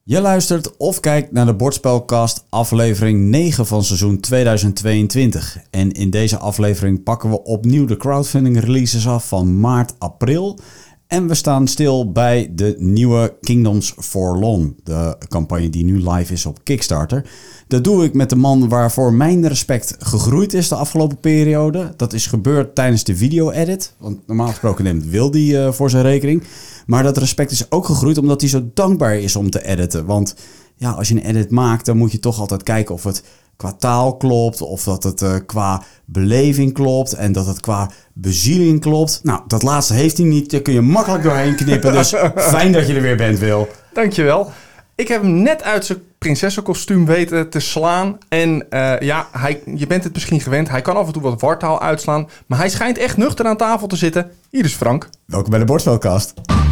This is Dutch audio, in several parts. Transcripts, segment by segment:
Je luistert of kijkt naar de Bordspelcast aflevering 9 van seizoen 2022. En in deze aflevering pakken we opnieuw de crowdfunding releases af van maart-april. En we staan stil bij de nieuwe Kingdoms for Long, de campagne die nu live is op Kickstarter. Dat doe ik met de man waarvoor mijn respect gegroeid is de afgelopen periode. Dat is gebeurd tijdens de video-edit, want normaal gesproken neemt Wil die voor zijn rekening. Maar dat respect is ook gegroeid omdat hij zo dankbaar is om te editen. Want ja, als je een edit maakt, dan moet je toch altijd kijken of het qua taal klopt, of dat het qua beleving klopt en dat het qua bezieling klopt. Nou, dat laatste heeft hij niet. Daar kun je makkelijk doorheen knippen. Dus fijn dat je er weer bent, Wil. Dankjewel. Ik heb hem net uit zijn prinsessenkostuum weten te slaan. En je bent het misschien gewend. Hij kan af en toe wat wartaal uitslaan. Maar hij schijnt echt nuchter aan tafel te zitten. Hier is Frank. Welkom bij de Bordspelcast.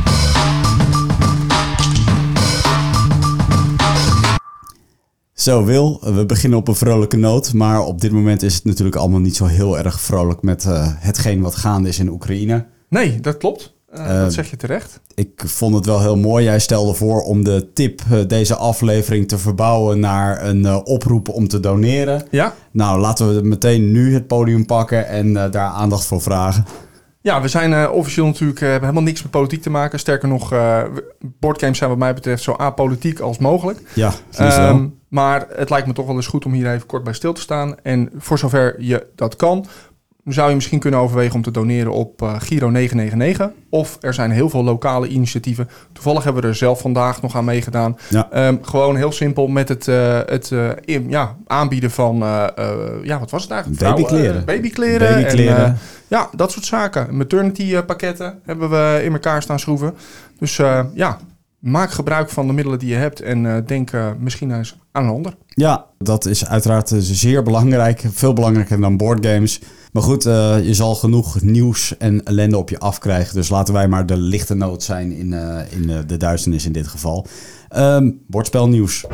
Zo, Wil, we beginnen op een vrolijke noot. Maar op dit moment is het natuurlijk allemaal niet zo heel erg vrolijk met hetgeen wat gaande is in Oekraïne. Nee, dat klopt. Dat zeg je terecht. Ik vond het wel heel mooi. Jij stelde voor om de tip deze aflevering te verbouwen naar een oproep om te doneren. Ja. Nou, laten we meteen nu het podium pakken en daar aandacht voor vragen. Ja, we zijn officieel natuurlijk hebben helemaal niks met politiek te maken. Sterker nog, boardgames zijn wat mij betreft zo apolitiek als mogelijk. Ja, wel. Maar het lijkt me toch wel eens goed om hier even kort bij stil te staan. En voor zover je dat kan, zou je misschien kunnen overwegen om te doneren op Giro 999. Of er zijn heel veel lokale initiatieven. Toevallig hebben we er zelf vandaag nog aan meegedaan. Ja. Gewoon heel simpel met het aanbieden van, wat was het eigenlijk? Babykleren. En, dat soort zaken. Maternity pakketten hebben we in elkaar staan schroeven. Dus maak gebruik van de middelen die je hebt en denk misschien eens aan een ander. Ja, dat is uiteraard zeer belangrijk. Veel belangrijker dan boardgames. Maar goed, je zal genoeg nieuws en ellende op je afkrijgen. Dus laten wij maar de lichte noot zijn in de duisternis in dit geval. Bordspelnieuws.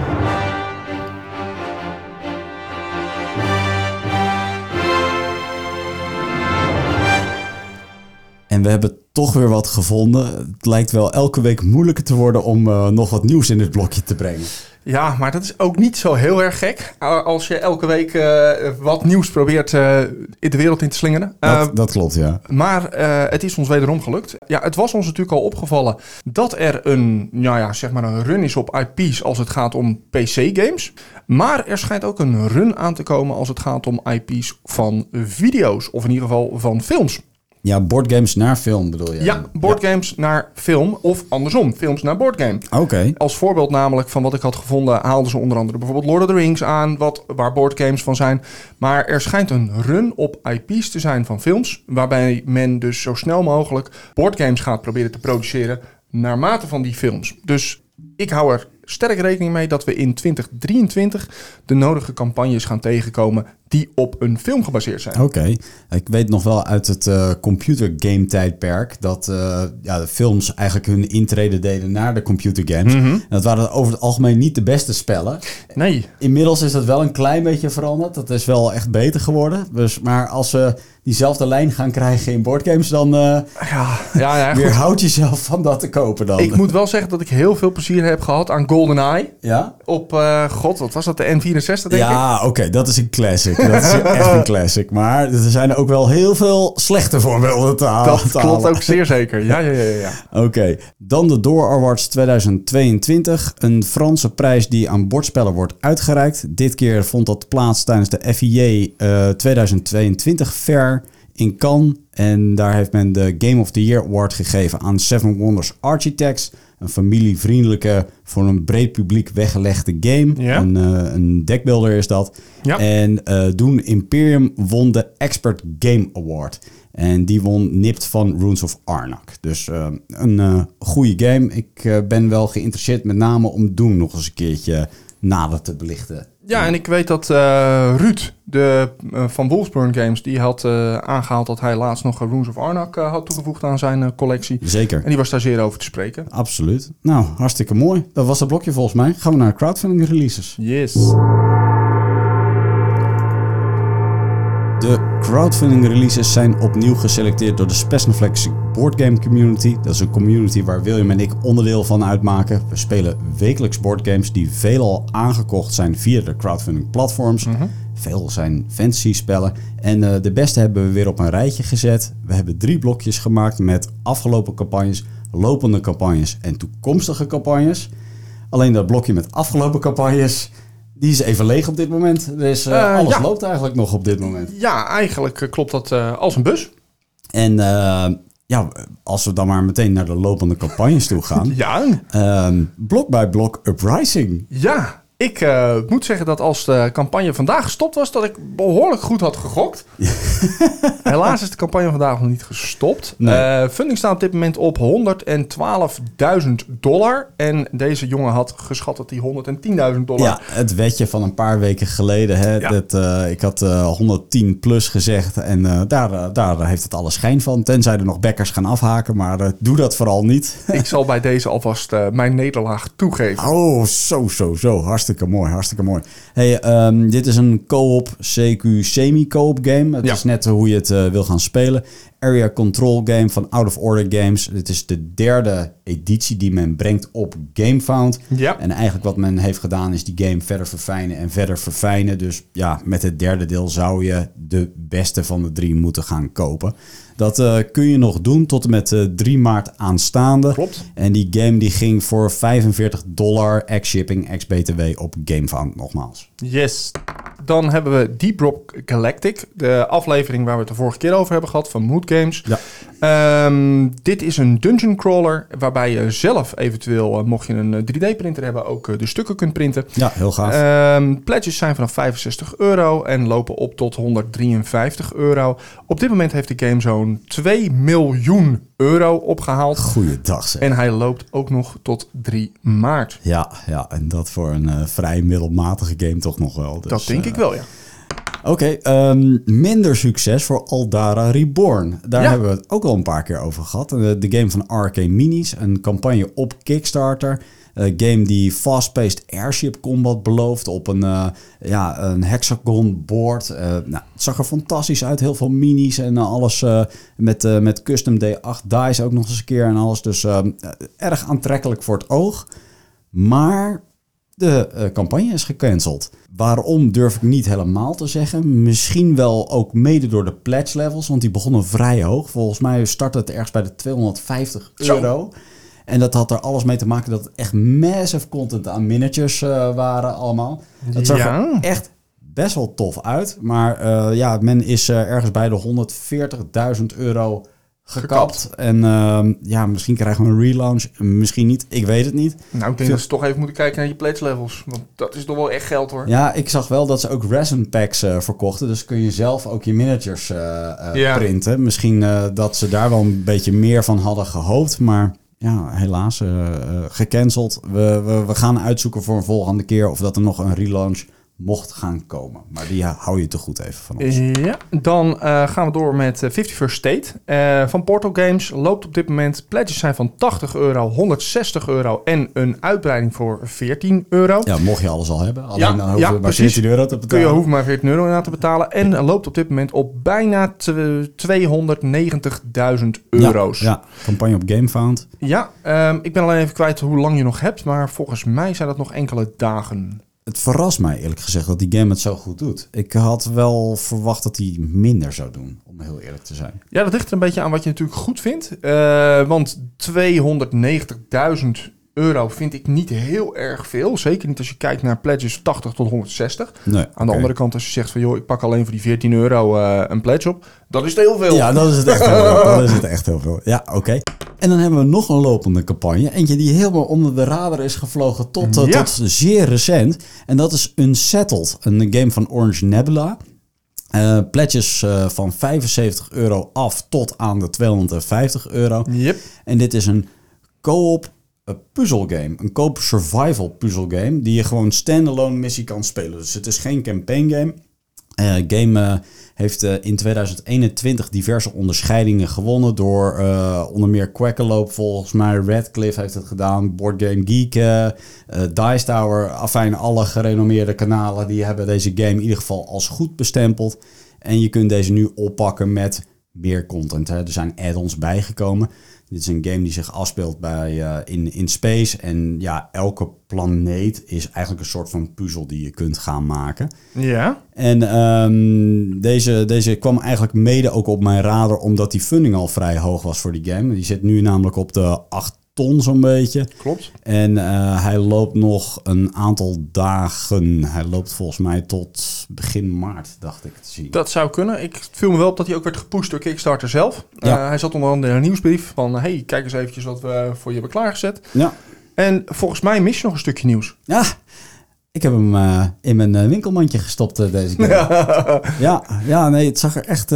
En we hebben toch weer wat gevonden. Het lijkt wel elke week moeilijker te worden om nog wat nieuws in het blokje te brengen. Ja, maar dat is ook niet zo heel erg gek als je elke week wat nieuws probeert in de wereld in te slingeren. Dat klopt, ja. Maar het is ons wederom gelukt. Ja, het was ons natuurlijk al opgevallen dat er een run is op IP's als het gaat om PC-games. Maar er schijnt ook een run aan te komen als het gaat om IP's van video's. Of in ieder geval van films. Ja, boardgames naar film bedoel je? Ja, boardgames naar film of andersom, films naar boardgame. Oké. Als voorbeeld namelijk van wat ik had gevonden haalden ze onder andere bijvoorbeeld Lord of the Rings aan, waar boardgames van zijn. Maar er schijnt een run op IP's te zijn van films, waarbij men dus zo snel mogelijk boardgames gaat proberen te produceren naarmate van die films. Dus ik hou er sterk rekening mee dat we in 2023 de nodige campagnes gaan tegenkomen die op een film gebaseerd zijn. Oké. Ik weet nog wel uit het computergame tijdperk dat de films eigenlijk hun intrede deden naar de computergames. Mm-hmm. En dat waren over het algemeen niet de beste spellen. Nee. Inmiddels is dat wel een klein beetje veranderd. Dat is wel echt beter geworden. Dus, maar als we diezelfde lijn gaan krijgen in boardgames, dan weerhoud jezelf van dat te kopen dan. Ik moet wel zeggen dat ik heel veel plezier heb gehad aan GoldenEye. Ja? Op, wat was dat? De N64 denk ik? Ja, oké. Dat is een classic. Dat is echt een classic. Maar er zijn er ook wel heel veel slechte voorbeelden te halen. Dat klopt ook zeer zeker. Ja. Oké. Dan de Door Awards 2022. Een Franse prijs die aan bordspellen wordt uitgereikt. Dit keer vond dat plaats tijdens de FIA 2022 Fair in Cannes. En daar heeft men de Game of the Year Award gegeven aan Seven Wonders Architects. Een familievriendelijke, voor een breed publiek weggelegde game. Ja. Een deckbuilder is dat. Ja. En Dune Imperium won de Expert Game Award. En die won nipt van Runes of Arnak. Dus een goede game. Ik ben wel geïnteresseerd met name om Dune nog eens een keertje nader te belichten. Ja, en ik weet dat Ruud van Wolfsburn Games, die had aangehaald dat hij laatst nog Runes of Arnak had toegevoegd aan zijn collectie. Zeker. En die was daar zeer over te spreken. Absoluut. Nou, hartstikke mooi. Dat was het blokje volgens mij. Gaan we naar crowdfunding releases. Yes. De crowdfunding releases zijn opnieuw geselecteerd door de Spesnaflex Boardgame Community. Dat is een community waar William en ik onderdeel van uitmaken. We spelen wekelijks boardgames die veelal aangekocht zijn via de crowdfunding platforms. Veel zijn fantasy spellen. En de beste hebben we weer op een rijtje gezet. We hebben 3 blokjes gemaakt met afgelopen campagnes, lopende campagnes en toekomstige campagnes. Alleen dat blokje met afgelopen campagnes, die is even leeg op dit moment. Dus alles loopt eigenlijk nog op dit moment. Ja, eigenlijk klopt dat als een bus. En als we dan maar meteen naar de lopende campagnes toe gaan. Blok bij blok Uprising. Ja, ik moet zeggen dat als de campagne vandaag gestopt was, dat ik behoorlijk goed had gegokt. Helaas is de campagne vandaag nog niet gestopt. Nee. Funding staat op dit moment op $112.000. En deze jongen had geschat dat hij $110.000. Ja, het wetje van een paar weken geleden. Hè, ik had 110 plus gezegd. En daar heeft het alle schijn van. Tenzij er nog backers gaan afhaken. Maar doe dat vooral niet. Ik zal bij deze alvast mijn nederlaag toegeven. Oh, zo. Hartstikke mooi. Hey, dit is een co-op CQ semi-co-op game. Het is net hoe je het wil gaan spelen. Area Control Game van Out of Order Games. Dit is de 3e editie die men brengt op GameFound. Ja. En eigenlijk wat men heeft gedaan is die game verder verfijnen. Dus ja, met het 3e deel zou je de beste van de 3 moeten gaan kopen. Dat kun je nog doen tot en met 3 maart aanstaande. Klopt. En die game die ging voor $45 ex-shipping, ex-BTW op GameFound nogmaals. Yes. Dan hebben we Deep Rock Galactic. De aflevering waar we het de vorige keer over hebben gehad van Mood Games. Ja. Dit is een dungeon crawler waarbij je zelf eventueel, mocht je een 3D-printer hebben, ook de stukken kunt printen. Ja, heel gaaf. Pledges zijn vanaf €65 en lopen op tot €153. Op dit moment heeft de game zo'n €2 miljoen opgehaald. Goeiedag zeg. En hij loopt ook nog tot 3 maart. Ja, en dat voor een vrij middelmatige game toch nog wel. Dus, dat denk ik wel, ja. Oké, minder succes voor Aldara Reborn. Daar hebben we het ook al een paar keer over gehad. De game van RK Minis, een campagne op Kickstarter. Een game die fast-paced airship combat belooft op een hexagon board. Het zag er fantastisch uit. Heel veel minis en alles met custom D8 dice ook nog eens een keer en alles. Dus erg aantrekkelijk voor het oog. Maar de campagne is gecanceld. Waarom durf ik niet helemaal te zeggen. Misschien wel ook mede door de pledge levels, want die begonnen vrij hoog. Volgens mij startte het ergens bij de €250. Zo. En dat had er alles mee te maken dat het echt massive content aan miniatures waren allemaal. Het zag er echt best wel tof uit. Maar men is ergens bij de €140.000 gekapt. En misschien krijgen we een relaunch. Misschien niet. Ik weet het niet. Nou, ik denk dat ze toch even moeten kijken naar je pledge levels. Want dat is toch wel echt geld, hoor. Ja, ik zag wel dat ze ook resin packs verkochten. Dus kun je zelf ook je miniatures printen. Misschien dat ze daar wel een beetje meer van hadden gehoopt. Maar ja, helaas gecanceld. We gaan uitzoeken voor een volgende keer of dat er nog een relaunch mocht gaan komen. Maar die hou je te goed even van ons. Ja, dan gaan we door met 51st State. Van Portal Games loopt op dit moment. Pledges zijn van €80, €160 en een uitbreiding voor €14. Ja, mocht je alles al hebben. Alleen dan hoef je maar precies. €14 te betalen. Je hoeft maar €14 aan te betalen. En loopt op dit moment op bijna €290.000. Ja, campagne op GameFound. Ja, ik ben alleen even kwijt hoe lang je nog hebt. Maar volgens mij zijn dat nog enkele dagen. Het verrast mij eerlijk gezegd dat die game het zo goed doet. Ik had wel verwacht dat hij minder zou doen, om heel eerlijk te zijn. Ja, dat ligt er een beetje aan wat je natuurlijk goed vindt. Want €290.000 vind ik niet heel erg veel. Zeker niet als je kijkt naar pledges 80 tot 160. Nee, aan de andere kant, als je zegt van joh, ik pak alleen voor die €14 een pledge op. Dat is het heel veel. Ja, dat is het echt heel veel. Dat is het echt heel veel. Ja, oké. En dan hebben we nog een lopende campagne. Eentje die helemaal onder de radar is gevlogen tot zeer recent. En dat is Unsettled. Een game van Orange Nebula. Pledges van €75 af tot aan de €250. Yep. En dit is een co-op puzzelgame. Een co-op survival puzzelgame die je gewoon standalone missie kan spelen. Dus het is geen campaign game. Game heeft in 2021 diverse onderscheidingen gewonnen door onder meer Quackerloop, volgens mij Radcliffe heeft het gedaan, Board Game Geek, Dice Tower, afijn alle gerenommeerde kanalen die hebben deze game in ieder geval als goed bestempeld. En je kunt deze nu oppakken met meer content. Hè. Er zijn add-ons bijgekomen. Dit is een game die zich afspeelt in space. En ja, elke planeet is eigenlijk een soort van puzzel die je kunt gaan maken. Ja. En deze kwam eigenlijk mede ook op mijn radar, omdat die funding al vrij hoog was voor die game. Die zit nu namelijk op de 8 ton zo'n beetje. Klopt. En hij loopt nog een aantal dagen. Hij loopt volgens mij tot begin maart, dacht ik te zien. Dat zou kunnen. Ik viel me wel op dat hij ook werd gepusht door Kickstarter zelf. Ja. Hij zat onder andere in een nieuwsbrief van... hey, kijk eens eventjes wat we voor je hebben klaargezet. Ja. En volgens mij mis je nog een stukje nieuws. Ja, ik heb hem in mijn winkelmandje gestopt deze keer. Ja, nee, het zag er echt...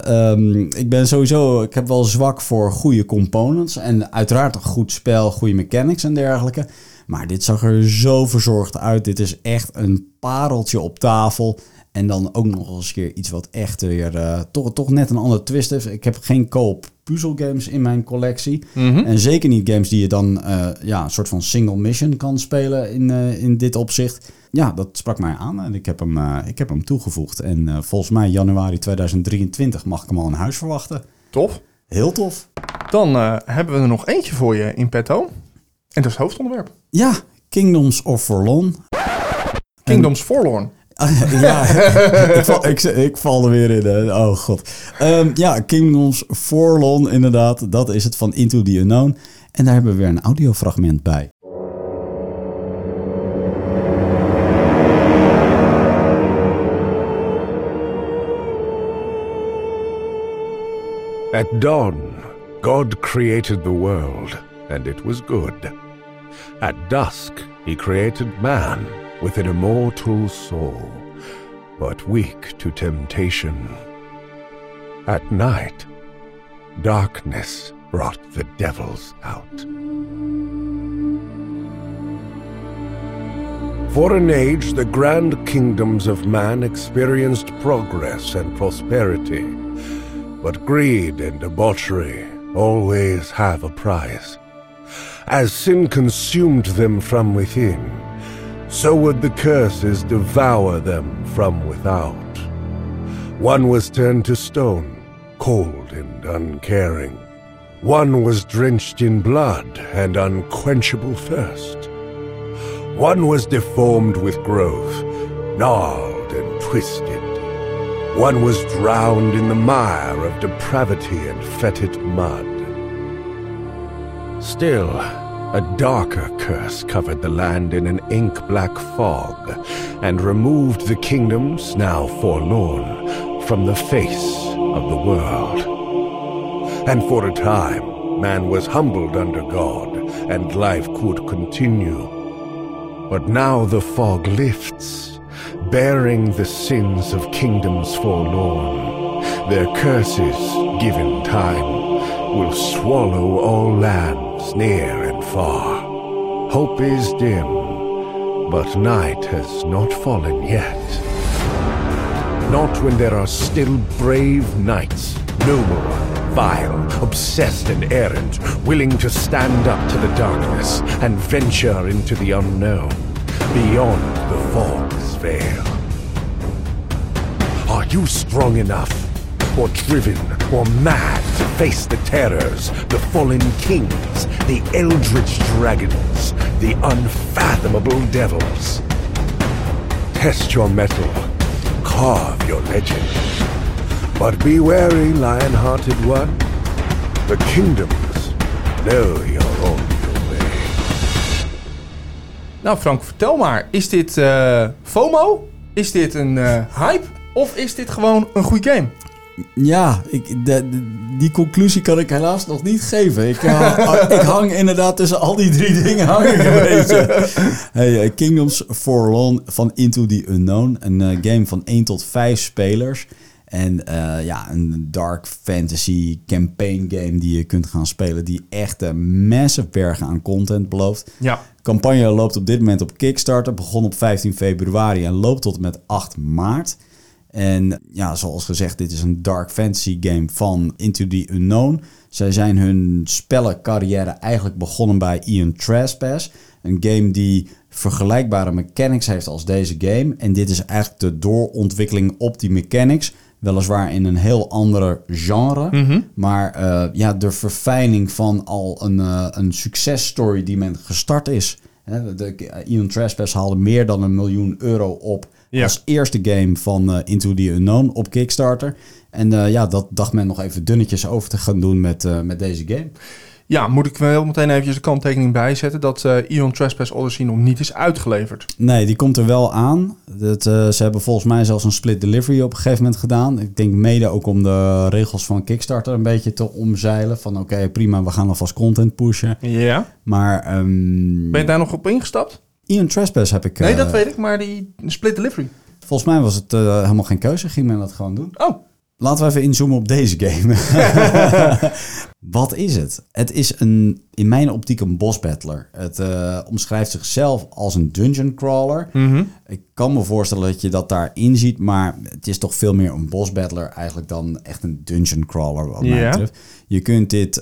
Ik heb wel zwak voor goede components. En uiteraard een goed spel, goede mechanics en dergelijke. Maar dit zag er zo verzorgd uit. Dit is echt een pareltje op tafel. En dan ook nog eens een keer iets wat echt weer toch net een andere twist heeft. Ik heb geen co-op puzzelgames in mijn collectie. Mm-hmm. En zeker niet games die je dan een soort van single mission kan spelen in dit opzicht. Ja, dat sprak mij aan en ik heb hem toegevoegd. En volgens mij januari 2023 mag ik hem al in huis verwachten. Tof. Heel tof. Dan hebben we er nog eentje voor je in petto. En dat is het hoofdonderwerp. Ja, Kingdoms of Forlorn. Kingdoms Forlorn. Ja, ik val er weer in. Hè. Oh god. Kingdoms Forlorn, inderdaad. Dat is het van Into the Unknown. En daar hebben we weer een audiofragment bij. At dawn, God created the world, and it was good. At dusk, he created man with an immortal soul, but weak to temptation. At night, darkness brought the devils out. For an age, the grand kingdoms of man experienced progress and prosperity, but greed and debauchery always have a price. As sin consumed them from within, so would the curses devour them from without. One was turned to stone, cold and uncaring. One was drenched in blood and unquenchable thirst. One was deformed with growth, gnarled and twisted. One was drowned in the mire of depravity and fetid mud. Still, a darker curse covered the land in an ink-black fog and removed the kingdoms, now forlorn, from the face of the world. And for a time, man was humbled under God, and life could continue. But now the fog lifts, bearing the sins of kingdoms forlorn. Their curses, given time, will swallow all lands near and far. Hope is dim, but night has not fallen yet. Not when there are still brave knights, noble, vile, obsessed and errant, willing to stand up to the darkness and venture into the unknown, beyond the fog's veil. Are you strong enough, or driven, or mad to face the terrors, the fallen kings, the eldritch dragons, the unfathomable devils? Test your mettle, carve your legend. But be wary, lion-hearted one. The kingdoms know you're on your way. Nou Frank, vertel maar. Is dit FOMO? Is dit een hype? Of is dit gewoon een goede game? Ja, die conclusie kan ik helaas nog niet geven. Ik hang inderdaad tussen al die 3 dingen hang ik een beetje. Hey, Kingdoms Forlorn van Into the Unknown. Een game van 1 tot 5 spelers. En een dark fantasy campaign game die je kunt gaan spelen. Die echt massive bergen aan content belooft. Ja. De campagne loopt op dit moment op Kickstarter. Begon op 15 februari en loopt tot en met 8 maart. En ja, zoals gezegd, dit is een dark fantasy game van Into the Unknown. Zij zijn hun spellencarrière eigenlijk begonnen bij Ion Trespass. Een game die vergelijkbare mechanics heeft als deze game. En dit is eigenlijk de doorontwikkeling op die mechanics Weliswaar in een heel andere genre. Maar de verfijning van al een successtory die men gestart is. Eon Trespass haalde meer dan €1 miljoen op als eerste game van Into the Unknown op Kickstarter. En dat dacht men nog even dunnetjes over te gaan doen met deze game. Ja, moet ik wel meteen eventjes de kanttekening bijzetten dat Eon Trespass Odyssey nog niet is uitgeleverd. Nee, die komt er wel aan. Ze hebben volgens mij zelfs een split delivery op een gegeven moment gedaan. Ik denk mede ook om de regels van Kickstarter een beetje te omzeilen. Van oké, prima, we gaan alvast content pushen. Ja. Maar ben je daar nog op ingestapt? Eon Trespass heb ik... Nee, dat weet ik, maar die split delivery. Volgens mij was het helemaal geen keuze. Ging men dat gewoon doen. Oh. Laten we even inzoomen op deze game. Wat is het? Het is in mijn optiek een boss battler. Het omschrijft zichzelf als een dungeon crawler. Ik kan me voorstellen dat je dat daarin ziet, maar het is toch veel meer een boss battler eigenlijk dan echt een dungeon crawler wat mij betreft. Je kunt dit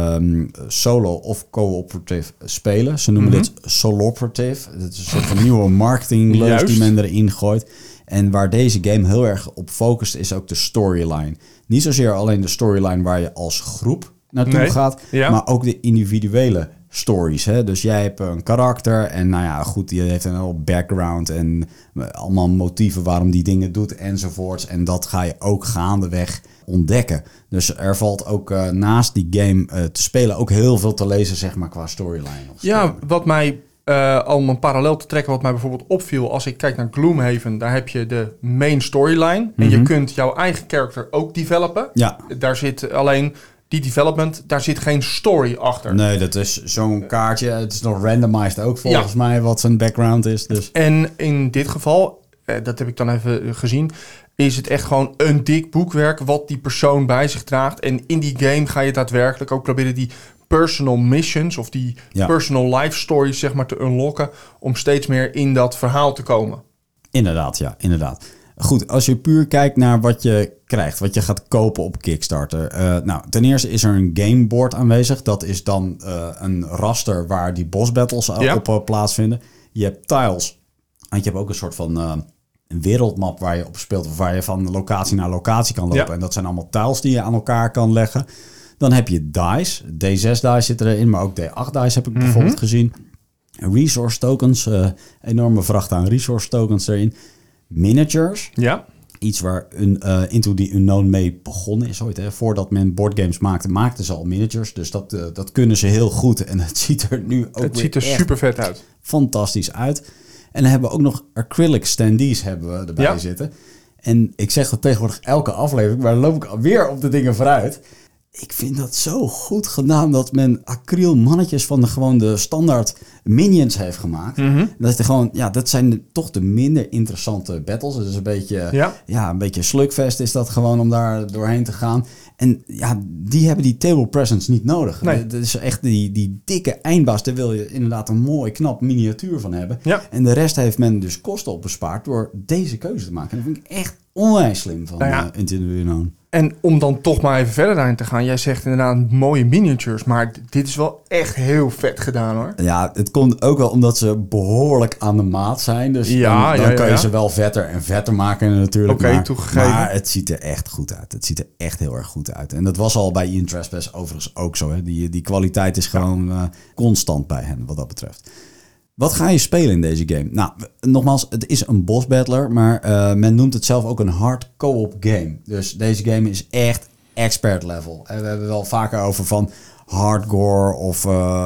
solo of cooperative spelen. Ze noemen dit solooperative. Het is een soort van nieuwe marketingleus die men erin gooit. En waar deze game heel erg op focust is ook de storyline. Niet zozeer alleen de storyline waar je als groep naartoe gaat, maar ook de individuele stories. Hè? Dus jij hebt een karakter en die heeft een hele background en allemaal motieven waarom die dingen doet enzovoorts. En dat ga je ook gaandeweg ontdekken. Dus er valt ook naast die game te spelen ook heel veel te lezen, zeg maar, qua storyline. Ja, wat mij... om een parallel te trekken wat mij bijvoorbeeld opviel als ik kijk naar Gloomhaven, daar heb je de main storyline en je kunt jouw eigen character ook developen. Ja. Daar zit alleen die development, daar zit geen story achter. Nee, dat is zo'n kaartje. Het is nog randomized ook volgens mij wat zijn background is. Dus. En in dit geval, dat heb ik dan even gezien, is het echt gewoon een dik boekwerk wat die persoon bij zich draagt. En in die game ga je daadwerkelijk ook proberen die personal missions of die personal life stories, zeg maar, te unlocken om steeds meer in dat verhaal te komen. Inderdaad. Goed, als je puur kijkt naar wat je krijgt, wat je gaat kopen op Kickstarter. Ten eerste is er een gameboard aanwezig. Dat is dan een raster waar die boss battles op plaatsvinden. Je hebt tiles. En je hebt ook een soort van een wereldmap waar je op speelt, of waar je van locatie naar locatie kan lopen. Ja. En dat zijn allemaal tiles die je aan elkaar kan leggen. Dan heb je dice. D6 dice zitten erin, maar ook D8 dice heb ik bijvoorbeeld gezien. Resource tokens, enorme vracht aan resource tokens erin. Miniatures. Ja. Iets waar Into the Unknown mee begonnen is ooit. Hè. Voordat men boardgames maakte, maakten ze al miniatures. Dus dat kunnen ze heel goed. En het ziet er nu ook het ziet er super vet uit. Fantastisch uit. En dan hebben we ook nog acrylic standees hebben we erbij zitten. En ik zeg dat tegenwoordig elke aflevering, maar dan loop ik alweer op de dingen vooruit. Ik vind dat zo goed gedaan dat men acryl mannetjes van de standaard minions heeft gemaakt. Dat is gewoon, dat zijn toch de minder interessante battles. Het is een beetje, een beetje slugfest is dat gewoon om daar doorheen te gaan. En die hebben die table presence niet nodig. Nee. Dat is echt die dikke eindbaas. Daar wil je inderdaad een mooi knap miniatuur van hebben. Ja. En de rest heeft men dus kosten op bespaard door deze keuze te maken. En dat vind ik echt onwijs slim van Into the Unknown. En om dan toch maar even verder daarin te gaan. Jij zegt inderdaad mooie miniatures. Maar dit is wel echt heel vet gedaan, hoor. Ja, het komt ook wel omdat ze behoorlijk aan de maat zijn. Dus dan kan je ze wel vetter en vetter maken natuurlijk. Oké, toegegeven. Maar het ziet er echt goed uit. Het ziet er echt heel erg goed uit. En dat was al bij Eon Trespass overigens ook zo. Hè. Die kwaliteit is gewoon constant bij hen wat dat betreft. Wat ga je spelen in deze game? Nou, nogmaals, het is een boss battler, maar men noemt het zelf ook een hard co-op game. Dus deze game is echt expert level. We hebben wel vaker over van hardcore of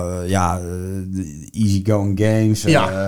easygoing games.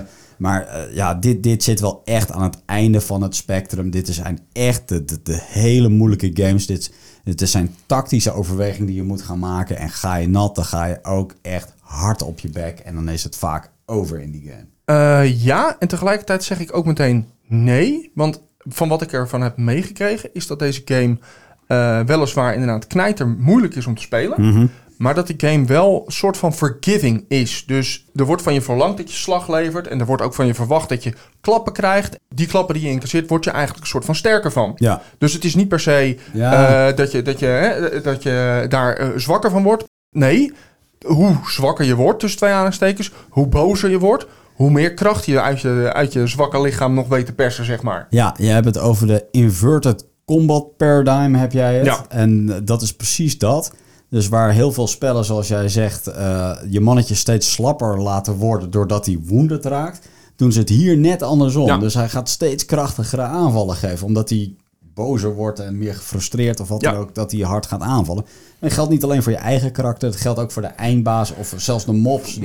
Dit zit wel echt aan het einde van het spectrum. Dit zijn echt de hele moeilijke games. Dit zijn tactische overwegingen die je moet gaan maken. En ga je nat, dan ga je ook echt hard op je bek. En dan is het vaak over in die game. En tegelijkertijd zeg ik ook meteen nee. Want van wat ik ervan heb meegekregen is dat deze game weliswaar inderdaad knijter moeilijk is om te spelen. Maar dat die game wel een soort van forgiving is. Dus er wordt van je verlangd dat je slag levert. En er wordt ook van je verwacht dat je klappen krijgt. Die klappen die je incasseert, word je eigenlijk een soort van sterker van. Ja. Dus het is niet per se dat je daar zwakker van wordt. Nee, hoe zwakker je wordt, tussen twee aanhalingstekens, hoe bozer je wordt, hoe meer kracht je uit je zwakke lichaam nog weet te persen, zeg maar. Ja, je hebt het over de inverted combat paradigm heb jij het. Ja. En dat is precies dat. Dus waar heel veel spellen, zoals jij zegt, je mannetje steeds slapper laten worden doordat hij wounded raakt, doen ze het hier net andersom. Ja. Dus hij gaat steeds krachtigere aanvallen geven, omdat hij bozer wordt en meer gefrustreerd of wat dan ook, dat hij hard gaat aanvallen. En dat geldt niet alleen voor je eigen karakter, het geldt ook voor de eindbaas of zelfs de mobs.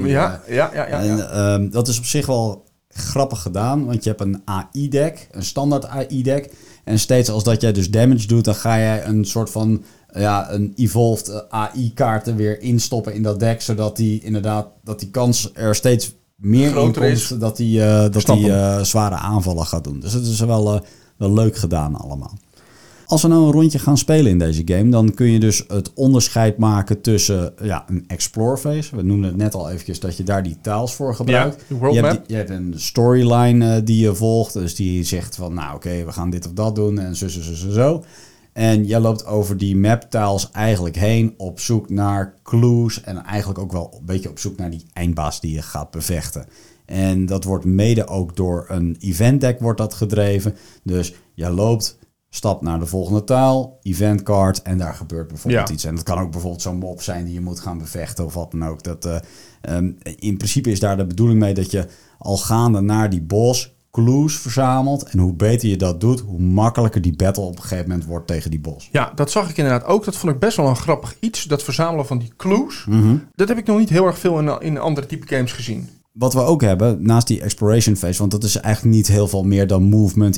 En dat is op zich wel grappig gedaan, want je hebt een AI-deck, een standaard AI-deck. En steeds als dat jij dus damage doet, dan ga jij een soort van een evolved AI-kaart er weer instoppen in dat deck, zodat die kans er steeds meer groter in komt dat hij zware aanvallen gaat doen. Dus het is wel leuk gedaan allemaal. Als we nou een rondje gaan spelen in deze game, dan kun je dus het onderscheid maken tussen een explore phase. We noemden het net al eventjes dat je daar die tiles voor gebruikt. Ja, world map. Je hebt een storyline die je volgt. Dus die zegt van, we gaan dit of dat doen en zo. En jij loopt over die map tiles eigenlijk heen op zoek naar clues en eigenlijk ook wel een beetje op zoek naar die eindbaas die je gaat bevechten. En dat wordt mede ook door een event deck wordt dat gedreven. Dus jij loopt, stap naar de volgende taal, event card en daar gebeurt bijvoorbeeld iets. En dat kan ook bijvoorbeeld zo'n mob zijn die je moet gaan bevechten of wat dan ook. In principe is daar de bedoeling mee dat je al gaande naar die boss clues verzamelt. En hoe beter je dat doet, hoe makkelijker die battle op een gegeven moment wordt tegen die boss. Ja, dat zag ik inderdaad ook. Dat vond ik best wel een grappig iets. Dat verzamelen van die clues. Mm-hmm. Dat heb ik nog niet heel erg veel in andere type games gezien. Wat we ook hebben, naast die exploration phase, want dat is eigenlijk niet heel veel meer dan movement,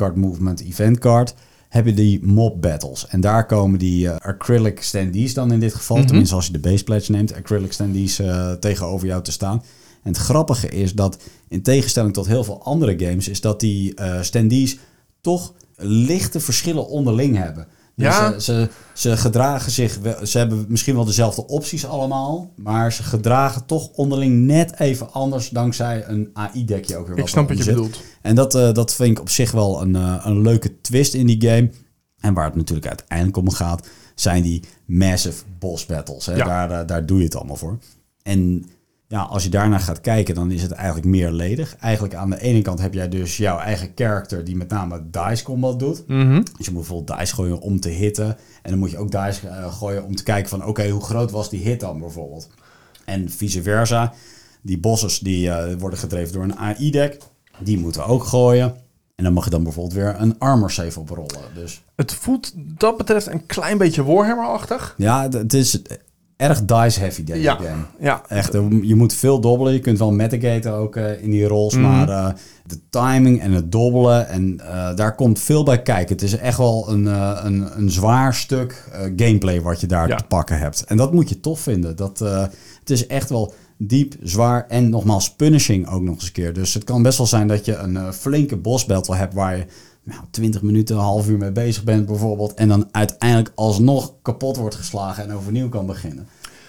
event card, heb je die mob battles. En daar komen die acrylic standees dan in dit geval, tenminste als je de base pledge neemt, acrylic standees tegenover jou te staan. En het grappige is dat, in tegenstelling tot heel veel andere games, is dat die standees toch lichte verschillen onderling hebben. Dus ze gedragen zich, ze hebben misschien wel dezelfde opties allemaal, maar ze gedragen toch onderling net even anders dankzij een AI-deckje ook weer. Ik snap wat je bedoelt. En dat vind ik op zich wel een leuke twist in die game. En waar het natuurlijk uiteindelijk om gaat, zijn die massive boss battles. Hè? Ja. Daar doe je het allemaal voor. En als je daarnaar gaat kijken, dan is het eigenlijk meerledig. Eigenlijk aan de ene kant heb jij dus jouw eigen character die met name dice combat doet. Mm-hmm. Dus je moet bijvoorbeeld dice gooien om te hitten. En dan moet je ook dice gooien om te kijken van hoe groot was die hit dan bijvoorbeeld. En vice versa. Die bosses die worden gedreven door een AI-deck. Die moeten ook gooien. En dan mag je dan bijvoorbeeld weer een armor save oprollen. Dus het voelt dat betreft een klein beetje Warhammer-achtig. Ja, het is erg dice-heavy deze game. Ja. Echt, je moet veel dobbelen. Je kunt wel mitigaten ook in die rolls. Maar de timing en het dobbelen, en daar komt veel bij kijken. Het is echt wel een zwaar stuk gameplay wat je daar te pakken hebt. En dat moet je tof vinden. Het is echt wel diep, zwaar en nogmaals punishing ook nog eens een keer. Dus het kan best wel zijn dat je een flinke boss battle hebt waar je 20 minuten, een half uur mee bezig bent bijvoorbeeld. En dan uiteindelijk alsnog kapot wordt geslagen en overnieuw kan beginnen.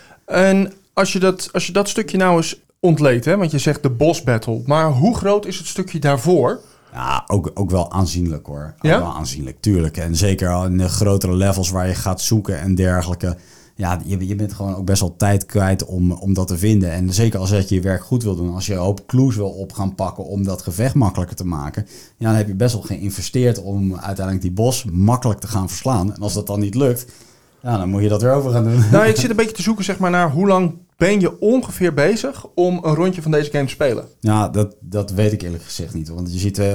En als je dat stukje nou eens ontleedt, hè, want je zegt de boss battle. Maar hoe groot is het stukje daarvoor? Ja, ook wel aanzienlijk hoor. Ja? Ook wel aanzienlijk, tuurlijk. En zeker in de grotere levels waar je gaat zoeken en dergelijke. Ja, je bent gewoon ook best wel tijd kwijt om dat te vinden. En zeker als je werk goed wil doen. Als je een hoop clues wil op gaan pakken om dat gevecht makkelijker te maken. Ja, dan heb je best wel geïnvesteerd om uiteindelijk die boss makkelijk te gaan verslaan. En als dat dan niet lukt, dan moet je dat weer over gaan doen. Nou, ik zit een beetje te zoeken zeg maar naar hoe lang ben je ongeveer bezig om een rondje van deze game te spelen? Ja, dat weet ik eerlijk gezegd niet. Want je ziet,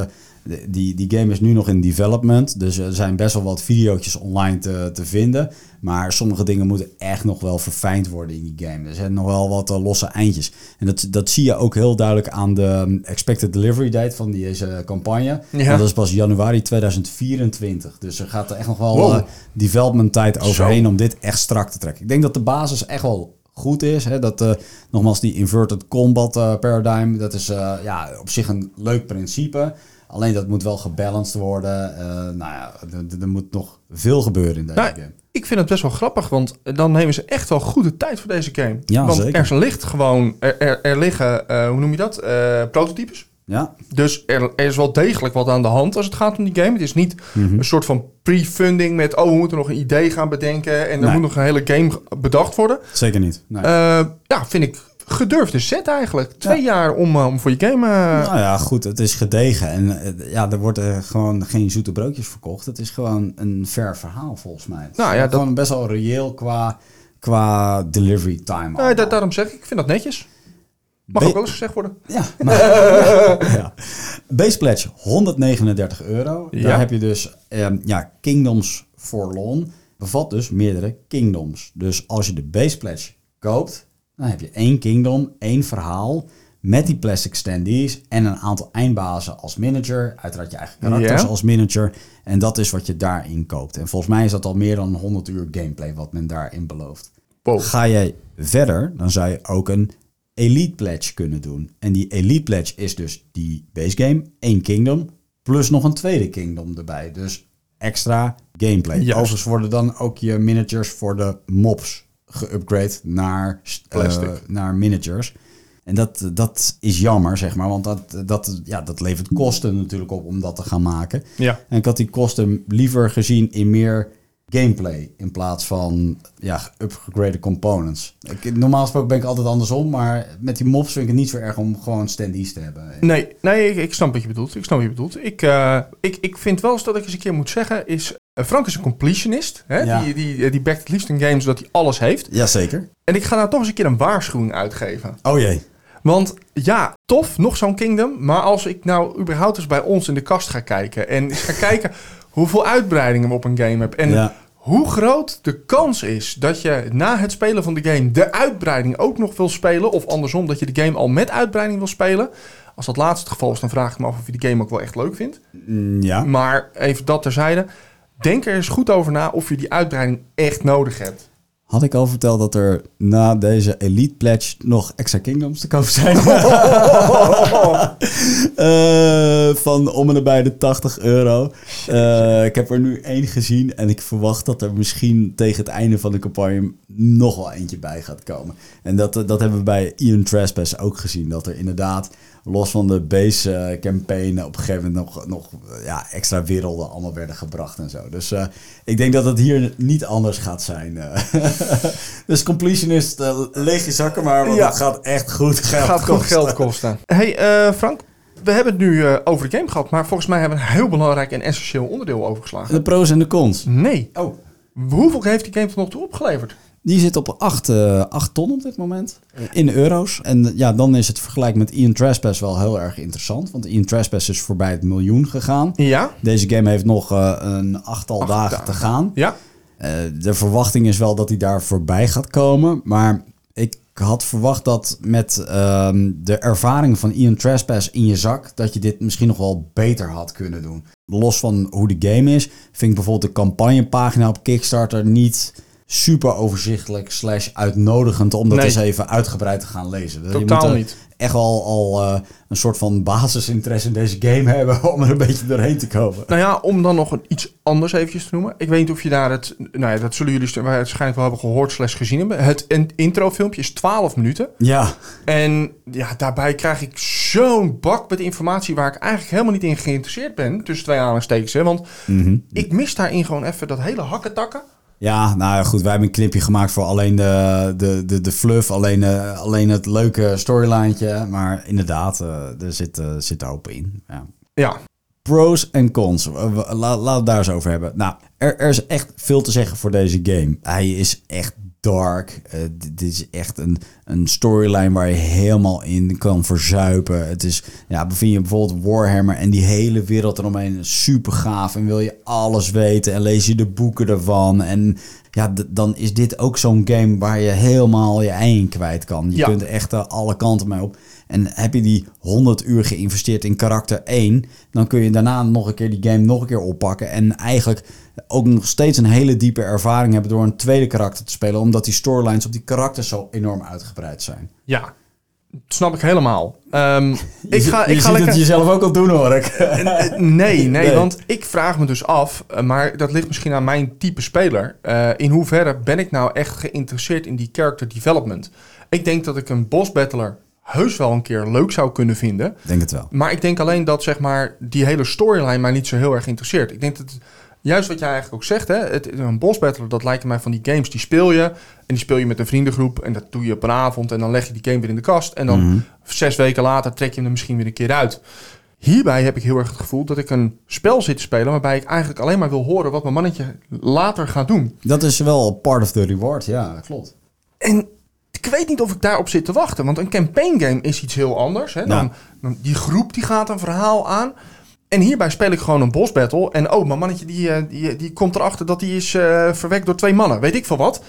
die game is nu nog in development. Dus er zijn best wel wat video's online te vinden. Maar sommige dingen moeten echt nog wel verfijnd worden in die game. Er zijn nog wel wat losse eindjes. En dat zie je ook heel duidelijk aan de expected delivery date van deze campagne. Ja. Want dat is pas januari 2024. Dus er gaat er echt nog wel development tijd overheen om dit echt strak te trekken. Ik denk dat de basis echt wel goed is. Hè? Dat nogmaals die inverted combat paradigm, dat is op zich een leuk principe. Alleen dat moet wel gebalanced worden. Er moet nog veel gebeuren in deze game. Ik vind het best wel grappig, want dan nemen ze echt wel goede tijd voor deze game. Ja, want zeker. Er ligt gewoon, er liggen, hoe noem je dat? Prototypes. Ja. Dus er is wel degelijk wat aan de hand als het gaat om die game. Het is niet een soort van pre-funding met, we moeten nog een idee gaan bedenken en er moet nog een hele game bedacht worden. Zeker niet. Nee. Vind ik gedurfde zet eigenlijk. 2 jaar om voor je game... Nou ja, goed, het is gedegen. En er worden gewoon geen zoete broodjes verkocht. Het is gewoon een fair verhaal volgens mij. Het is gewoon best wel reëel qua delivery time. Daarom zeg ik vind dat netjes. Mag ook wel eens gezegd worden. Ja. Ja. Base pledge, €139. Ja. Daar heb je dus Kingdoms Forlorn. Bevat dus meerdere kingdoms. Dus als je de base pledge koopt, dan heb je 1 kingdom, 1 verhaal met die plastic standees en een aantal eindbazen als manager. Uiteraard je eigen karakters als manager. En dat is wat je daarin koopt. En volgens mij is dat al meer dan 100 uur gameplay wat men daarin belooft. Wow. Ga jij verder, dan zou je ook een Elite Pledge kunnen doen. En die Elite Pledge is dus die base game, 1 kingdom, plus nog een tweede kingdom erbij. Dus extra gameplay. Juist. Overigens worden dan ook je managers voor de mobs geupgrade naar managers. En dat is jammer, zeg maar, want dat levert kosten natuurlijk op om dat te gaan maken. Ja. En ik had die kosten liever gezien in meer gameplay in plaats van upgraded components. Normaal gesproken ben ik altijd andersom, maar met die mobs vind ik het niet zo erg om gewoon standees te hebben. Nee, ik snap wat je bedoelt. Ik vind wel eens dat ik eens een keer moet zeggen is... Frank is een completionist. Hè? Ja. Die backt het liefst in games zodat hij alles heeft. Jazeker. En ik ga nou toch eens een keer een waarschuwing uitgeven. Oh jee. Want ja, tof, nog zo'n kingdom. Maar als ik nou überhaupt eens bij ons in de kast ga kijken... en ga kijken hoeveel uitbreidingen we op een game hebben... en hoe groot de kans is dat je na het spelen van de game... de uitbreiding ook nog wil spelen... of andersom, dat je de game al met uitbreiding wil spelen... Als dat laatste het geval is, dan vraag ik me af of je de game ook wel echt leuk vindt. Ja. Maar even dat terzijde. Denk er eens goed over na of je die uitbreiding echt nodig hebt. Had ik al verteld dat er na deze Elite Pledge nog extra kingdoms te koop zijn? Van om en nabij de €80. Ik heb er nu 1 gezien en ik verwacht dat er misschien tegen het einde van de campagne nog wel eentje bij gaat komen. En dat hebben we bij Ian Trespass ook gezien. Dat er inderdaad, los van de base campaign, op een gegeven moment nog extra werelden allemaal werden gebracht en zo. Dus ik denk dat het hier niet anders gaat zijn. Dus completionist, leeg je zakken maar, want het gaat echt goed geld kosten. Hey Frank, we hebben het nu over de game gehad, maar volgens mij hebben we een heel belangrijk en essentieel onderdeel overgeslagen. De pros en de cons. Nee. Oh. Hoeveel heeft die game tot nog toe opgeleverd? Die zit op 8 ton op dit moment, in euro's. En dan is het vergelijk met Ian Trespass wel heel erg interessant. Want Ian Trespass is voorbij het miljoen gegaan. Ja. Deze game heeft nog een 8-tal dagen te gaan. Ja. De verwachting is wel dat hij daar voorbij gaat komen. Maar ik had verwacht dat met de ervaring van Ian Trespass in je zak... dat je dit misschien nog wel beter had kunnen doen. Los van hoe de game is, vind ik bijvoorbeeld de campagnepagina op Kickstarter niet super overzichtelijk / uitnodigend om dat eens even uitgebreid te gaan lezen. Dus totaal je moet niet. Echt al een soort van basisinteresse in deze game hebben om er een beetje doorheen te komen. Nou ja, om dan nog iets anders eventjes te noemen. Ik weet niet of je daar het... Nou ja, dat zullen jullie waarschijnlijk wel hebben gehoord / gezien hebben. Het introfilmpje is 12 minuten. Ja. En ja, daarbij krijg ik zo'n bak met informatie waar ik eigenlijk helemaal niet in geïnteresseerd ben. Tussen 2 aanhalingstekens. Want ik mis daarin gewoon even dat hele hakketakken. Ja, nou ja, goed. Wij hebben een knipje gemaakt voor alleen de fluff. Alleen het leuke storylijntje. Maar inderdaad, er zit hoop in. Ja. Pros en cons. Laten we het daar eens over hebben. Nou, er is echt veel te zeggen voor deze game. Hij is echt dark. Dit is echt een storyline waar je helemaal in kan verzuipen. Het is, bevind je bijvoorbeeld Warhammer en die hele wereld eromheen is super gaaf. En wil je alles weten en lees je de boeken ervan. En dan is dit ook zo'n game waar je helemaal je ei in kwijt kan. Je kunt echt alle kanten mee op. En heb je die 100 uur geïnvesteerd in karakter 1... dan kun je daarna nog een keer die game nog een keer oppakken... en eigenlijk ook nog steeds een hele diepe ervaring hebben... door een tweede karakter te spelen... omdat die storylines op die karakters zo enorm uitgebreid zijn. Ja, dat snap ik helemaal. Je ziet het jezelf ook al doen, hoor ik. Nee, want ik vraag me dus af... maar dat ligt misschien aan mijn type speler... in hoeverre ben ik nou echt geïnteresseerd in die character development? Ik denk dat ik een boss battler... heus wel een keer leuk zou kunnen vinden. Denk het wel. Maar ik denk alleen dat zeg maar die hele storyline mij niet zo heel erg interesseert. Ik denk dat juist wat jij eigenlijk ook zegt, hè, een boss battle, dat lijkt mij van die games, die speel je. En die speel je met een vriendengroep en dat doe je op een avond. En dan leg je die game weer in de kast. En dan 6 weken later trek je hem er misschien weer een keer uit. Hierbij heb ik heel erg het gevoel dat ik een spel zit te spelen waarbij ik eigenlijk alleen maar wil horen wat mijn mannetje later gaat doen. Dat is wel part of the reward, ja, dat klopt. En ik weet niet of ik daarop zit te wachten. Want een campaign game is iets heel anders. Hè? Dan die groep die gaat een verhaal aan. En hierbij speel ik gewoon een boss battle. En mijn mannetje die komt erachter dat hij is verwekt door 2 mannen. Weet ik veel wat.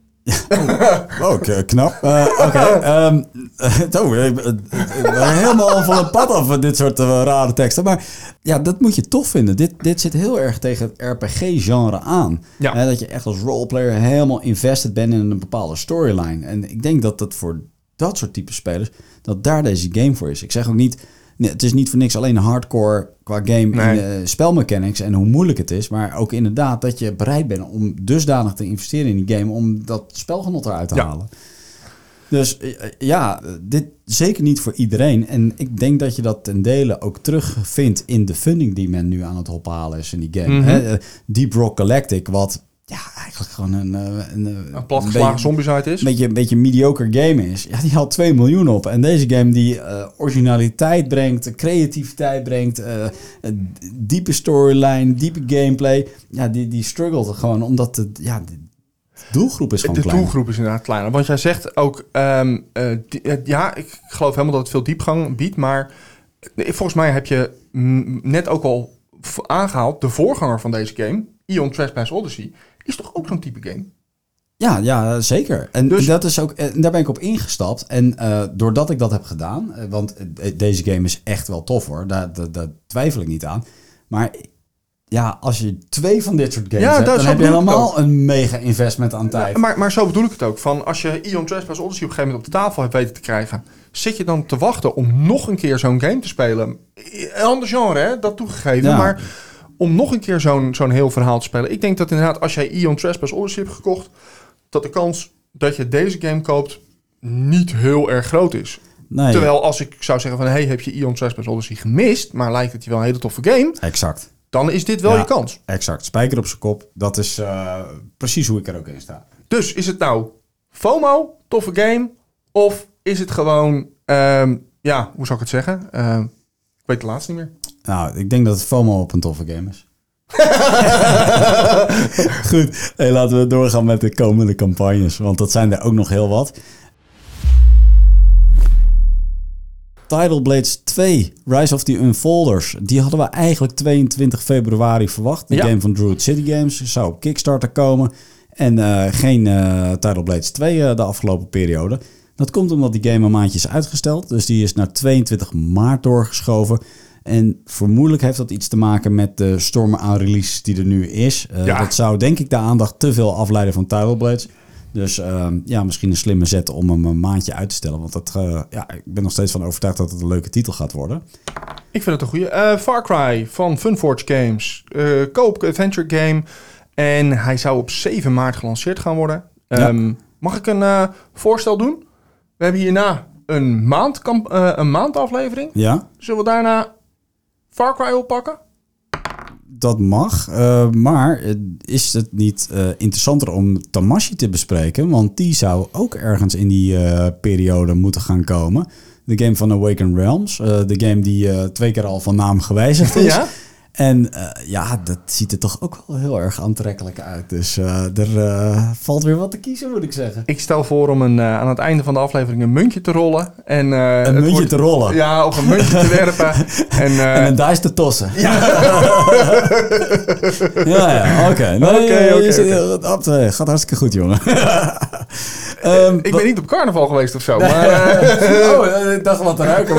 Knap. Oké. Ik ben helemaal van het pad af van dit soort rare teksten. Maar ja, dat moet je tof vinden. Dit zit heel erg tegen het RPG-genre aan. Ja. Dat je echt als roleplayer helemaal invested bent in een bepaalde storyline. En ik denk dat dat voor dat soort type spelers, dat daar deze game voor is. Ik zeg ook niet, het is niet voor niks alleen hardcore qua game in spelmechanics en hoe moeilijk het is. Maar ook inderdaad dat je bereid bent om dusdanig te investeren in die game om dat spelgenot eruit te halen. Dus dit zeker niet voor iedereen. En ik denk dat je dat ten dele ook terugvindt in de funding die men nu aan het ophalen is in die game. Deep Rock Galactic, wat eigenlijk gewoon een platgeslagen zombie-site is. Een beetje mediocre game is. Ja, die haalt 2 miljoen op. En deze game die originaliteit brengt, creativiteit brengt, diepe storyline, diepe gameplay. Ja, die struggelt gewoon omdat de doelgroep is gewoon kleiner. De doelgroep is inderdaad kleiner. Want jij zegt ook, ik geloof helemaal dat het veel diepgang biedt. Maar volgens mij heb je net ook al aangehaald, de voorganger van deze game, Eon Trespass Odyssey, is toch ook zo'n type game? Ja, zeker. En dus, dat is ook, daar ben ik op ingestapt. En doordat ik dat heb gedaan, want deze game is echt wel tof hoor, daar twijfel ik niet aan. Maar ja, als je 2 van dit soort games hebt, dan heb je helemaal een mega investment aan tijd. Maar zo bedoel ik het ook. Van als je Eon Trespass Odyssey op een gegeven moment op de tafel hebt weten te krijgen, zit je dan te wachten om nog een keer zo'n game te spelen? Een ander genre, hè? Dat toegegeven. Ja. Maar om nog een keer zo'n heel verhaal te spelen. Ik denk dat inderdaad, als jij Eon Trespass Odyssey hebt gekocht, dat de kans dat je deze game koopt niet heel erg groot is. Nee. Terwijl als ik zou zeggen van, heb je Eon Trespass Odyssey gemist, maar lijkt het je wel een hele toffe game. Exact. Dan is dit wel je kans. Exact. Spijker op zijn kop. Dat is precies hoe ik er ook in sta. Dus is het nou FOMO, toffe game, of is het gewoon, hoe zou ik het zeggen? Ik weet de laatste niet meer. Nou, ik denk dat het FOMO op een toffe game is. Goed, laten we doorgaan met de komende campagnes, want dat zijn er ook nog heel wat. Tidal Blades 2, Rise of the Unfolders. Die hadden we eigenlijk 22 februari verwacht. De game van Druid City Games zou op Kickstarter komen. En geen Tidal Blades 2 de afgelopen periode. Dat komt omdat die game een maandje is uitgesteld. Dus die is naar 22 maart doorgeschoven. En vermoedelijk heeft dat iets te maken met de storm aan releases die er nu is. Dat zou denk ik de aandacht te veel afleiden van Tidal Blades. Dus misschien een slimme zet om hem een maandje uit te stellen. Want ik ben nog steeds van overtuigd dat het een leuke titel gaat worden. Ik vind het een goede. Far Cry van Funforge Games. Co-op adventure game. En hij zou op 7 maart gelanceerd gaan worden. Mag ik een voorstel doen? We hebben hierna een maandaflevering. Ja. Zullen we daarna Far Cry oppakken? Dat mag, maar is het niet interessanter om Tamashii te bespreken? Want die zou ook ergens in die periode moeten gaan komen. De game van Awakened Realms. De game die 2 keer al van naam gewijzigd is. Ja? En dat ziet er toch ook wel heel erg aantrekkelijk uit. Dus er valt weer wat te kiezen, moet ik zeggen. Ik stel voor om aan het einde van de aflevering een muntje te rollen. En, een muntje te rollen? Ja, of een muntje te werpen. En een dice te tossen. Ja, oké. Gaat hartstikke goed, jongen. Ik ben niet op carnaval geweest of zo. Maar, ik dacht wat te ruiken.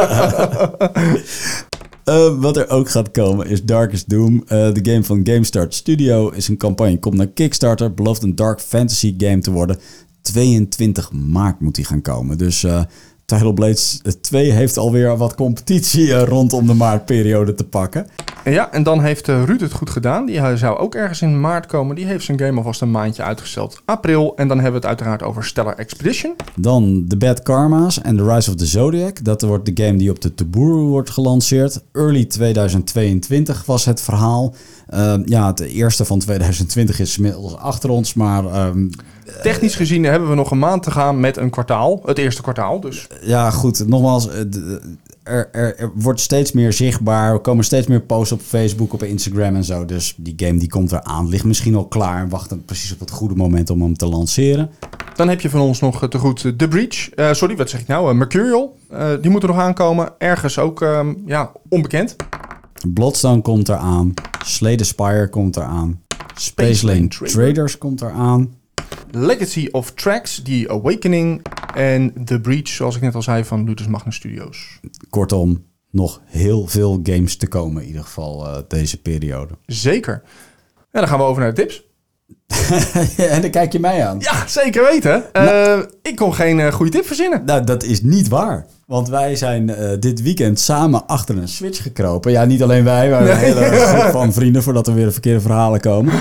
Wat er ook gaat komen is Darkest Doom. De game van GameStart Studio is een campagne. Komt naar Kickstarter. Belooft een dark fantasy game te worden. 22 maart moet die gaan komen. Dus Tidal Blades 2 heeft alweer wat competitie rondom de maartperiode te pakken. Ja, en dan heeft Ruud het goed gedaan. Die zou ook ergens in maart komen. Die heeft zijn game alvast een maandje uitgesteld. April. En dan hebben we het uiteraard over Stellar Expedition. Dan The Bad Karma's en The Rise of the Zodiac. Dat wordt de game die op de Toburu wordt gelanceerd. Early 2022 was het verhaal. Het eerste van 2020 is inmiddels achter ons, maar... Technisch gezien hebben we nog een maand te gaan met een kwartaal. Het eerste kwartaal dus. Ja, goed. Nogmaals, er wordt steeds meer zichtbaar. Er komen steeds meer posts op Facebook, op Instagram en zo. Dus die game die komt eraan. Ligt misschien al klaar en wacht precies op het goede moment om hem te lanceren. Dan heb je van ons nog te goed The Breach. Mercurial. Die moet er nog aankomen. Ergens ook onbekend. Bloodstone komt eraan. Slay the Spire komt eraan. Space Lane Traders komt eraan. Legacy of Tracks, The Awakening en The Breach, zoals ik net al zei, van Ludus Magnus Studios. Kortom, nog heel veel games te komen in ieder geval deze periode. Zeker. En dan gaan we over naar de tips. En dan kijk je mij aan. Ja, zeker weten. Ik kon geen goede tip verzinnen. Nou, dat is niet waar. Want wij zijn dit weekend samen achter een Switch gekropen. Ja, niet alleen wij, maar een hele groep van vrienden, voordat er weer de verkeerde verhalen komen.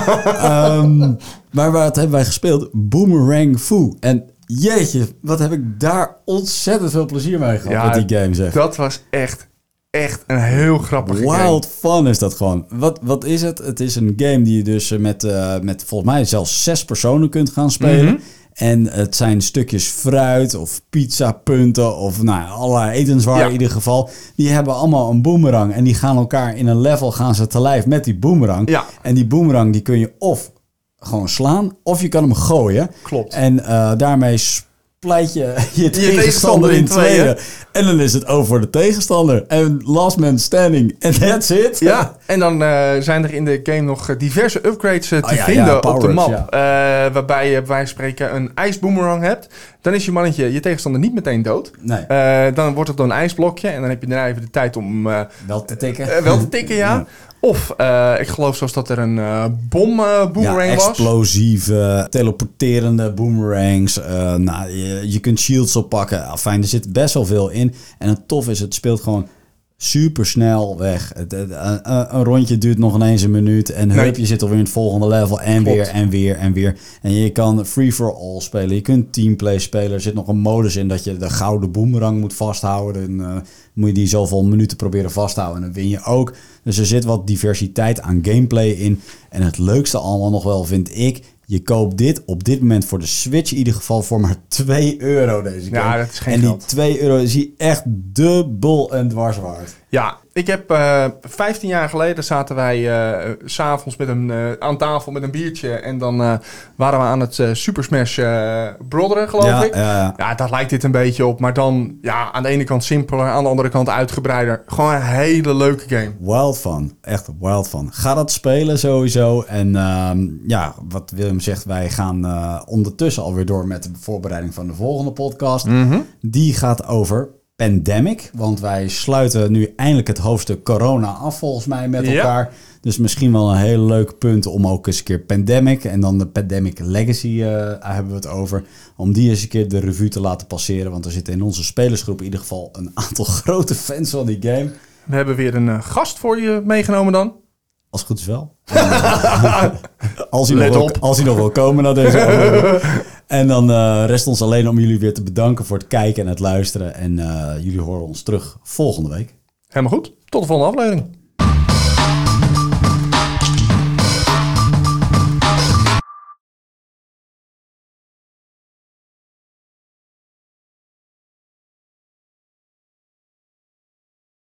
Maar wat hebben wij gespeeld? Boomerang Fu. En jeetje, wat heb ik daar ontzettend veel plezier mee gehad met die game, zeg. Dat was echt een heel grappige game. Wild fun is dat gewoon. Wat is het? Het is een game die je dus met volgens mij zelfs 6 personen kunt gaan spelen. Mm-hmm. En het zijn stukjes fruit of pizzapunten of allerlei etenswaren in ieder geval. Die hebben allemaal een boomerang en die gaan elkaar in een level te lijf met die boomerang. Ja. En die boomerang die kun je of gewoon slaan of je kan hem gooien. Klopt. En daarmee pleit je tegenstander in tweeën. En dan is het over voor de tegenstander. En last man standing. En that's it. Ja, en dan zijn er in de game nog diverse upgrades te vinden op de map. Ja. Waarbij je bij wijze van spreken een ijsboomerang hebt. Dan is je tegenstander niet meteen dood. Nee. Dan wordt het dan een ijsblokje. En dan heb je daarna even de tijd om... wel te tikken. Ja. Of ik geloof zelfs dat er een boomerang was. Explosieve, teleporterende boomerangs. Je kunt shields oppakken. Fijn, er zit best wel veel in. En het tof is, het speelt gewoon super snel weg. Een rondje duurt nog ineens een minuut. En je zit alweer in het volgende level. En weer en weer en weer. En je kan free-for-all spelen. Je kunt teamplay spelen. Er zit nog een modus in dat je de gouden boomerang moet vasthouden. Dan moet je die zoveel minuten proberen vasthouden. En dan win je ook. Dus er zit wat diversiteit aan gameplay in. En het leukste allemaal nog wel vind ik... Je koopt dit op dit moment voor de Switch in ieder geval voor maar €2 deze keer. Ja, dat is geen en geld. Die €2 is hier echt dubbel en dwars waard. Ja, ik heb 15 jaar geleden zaten wij 's avonds aan tafel met een biertje. En dan waren we aan het Super Smash brodderen, geloof ik. Ja, daar lijkt dit een beetje op. Maar dan aan de ene kant simpeler, aan de andere kant uitgebreider. Gewoon een hele leuke game. Wild fun. Echt wild fun. Ga dat spelen sowieso. En wat Willem zegt, wij gaan ondertussen alweer door met de voorbereiding van de volgende podcast. Mm-hmm. Die gaat over Pandemic, want wij sluiten nu eindelijk het hoofdstuk corona af volgens mij met elkaar. Dus misschien wel een hele leuke punt om ook eens een keer Pandemic en dan de Pandemic Legacy hebben we het over. Om die eens een keer de revue te laten passeren, want er zitten in onze spelersgroep in ieder geval een aantal grote fans van die game. We hebben weer een gast voor je meegenomen dan. Als het goed is wel. Als hij nog wil komen naar deze aflevering. En dan rest ons alleen om jullie weer te bedanken voor het kijken en het luisteren. En jullie horen ons terug volgende week. Helemaal goed. Tot de volgende aflevering.